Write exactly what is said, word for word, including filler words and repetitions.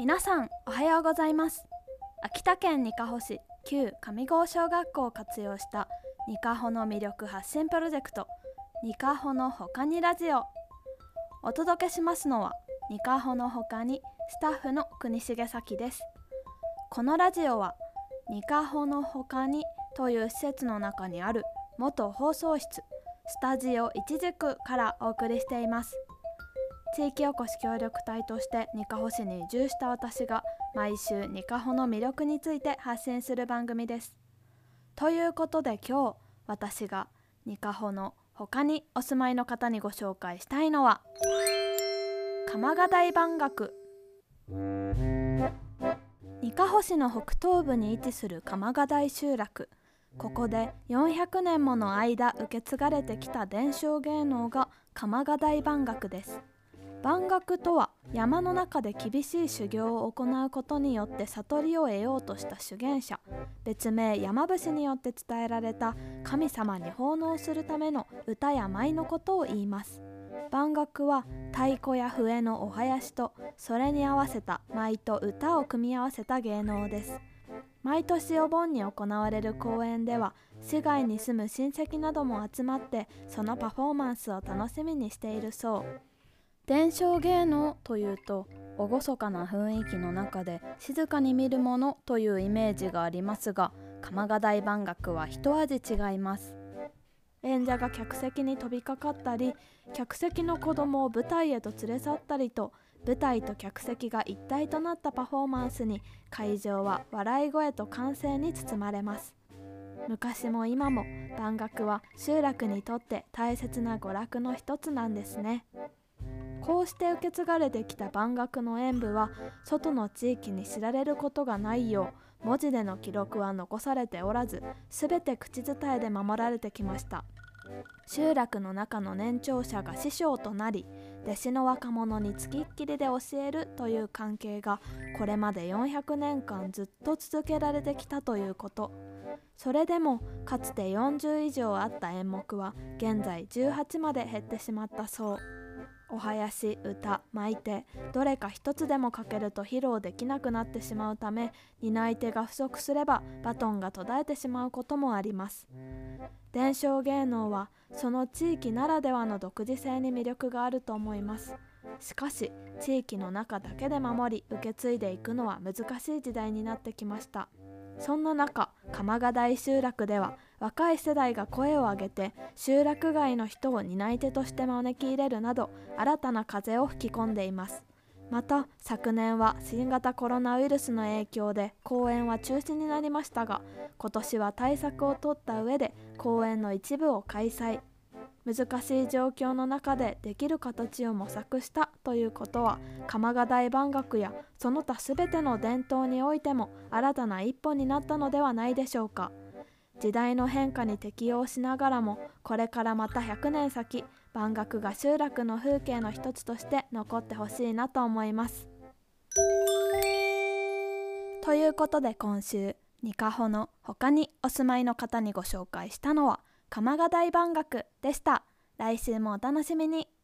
皆さんおはようございます。秋田県にかほ市旧上郷小学校を活用したにかほの魅力発信プロジェクトにかほのほかにラジオ。お届けしますのはにかほのほかにスタッフの国重咲です。このラジオはにかほのほかにという施設の中にある元放送室スタジオいち軸からお送りしています。地域おこし協力隊としてにかほ市に移住した私が毎週にかほの魅力について発信する番組です。ということで今日私がにかほの他にお住まいの方にご紹介したいのは鎌ヶ台万学。にかほ市の北東部に位置する鎌ヶ台集落。ここでよんひゃくねんもの間受け継がれてきた伝承芸能が鎌ヶ台万学です。万学とは山の中で厳しい修行を行うことによって悟りを得ようとした修験者、別名山伏によって伝えられた神様に奉納するための歌や舞のことを言います。万学は太鼓や笛のお囃子とそれに合わせた舞と歌を組み合わせた芸能です。毎年お盆に行われる公演では市外に住む親戚なども集まってそのパフォーマンスを楽しみにしているそう。伝承芸能というと厳かな雰囲気の中で静かに見るものというイメージがありますが、鎌ヶ台万学は一味違います。演者が客席に飛びかかったり、客席の子供を舞台へと連れ去ったりと、舞台と客席が一体となったパフォーマンスに会場は笑い声と歓声に包まれます。昔も今も万学は集落にとって大切な娯楽の一つなんですね。こうして受け継がれてきた万学の演舞は外の地域に知られることがないよう文字での記録は残されておらず、すべて口伝えで守られてきました。集落の中の年長者が師匠となり、弟子の若者につきっきりで教えるという関係がこれまでよんひゃくねんかんずっと続けられてきたということ。それでもかつてよんじゅう以上あった演目は現在じゅうはちまで減ってしまったそう。お囃子、歌、舞手、どれか一つでも欠けると披露できなくなってしまうため、担い手が不足すればバトンが途絶えてしまうこともあります。伝承芸能はその地域ならではの独自性に魅力があると思います。しかし地域の中だけで守り受け継いでいくのは難しい時代になってきました。そんな中、鎌ヶ台集落では若い世代が声を上げて集落外の人を担い手として招き入れるなど新たな風を吹き込んでいます。また昨年は新型コロナウイルスの影響で公演は中止になりましたが、今年は対策を取った上で公演の一部を開催。難しい状況の中でできる形を模索したということは、鎌ヶ台万学やその他すべての伝統においても新たな一歩になったのではないでしょうか。時代の変化に適応しながらも、これからまたひゃくねん先、万学が集落の風景の一つとして残ってほしいなと思います。ということで今週にかほの他にお住まいの方にご紹介したのは鎌ヶ台万学でした。来週もお楽しみに。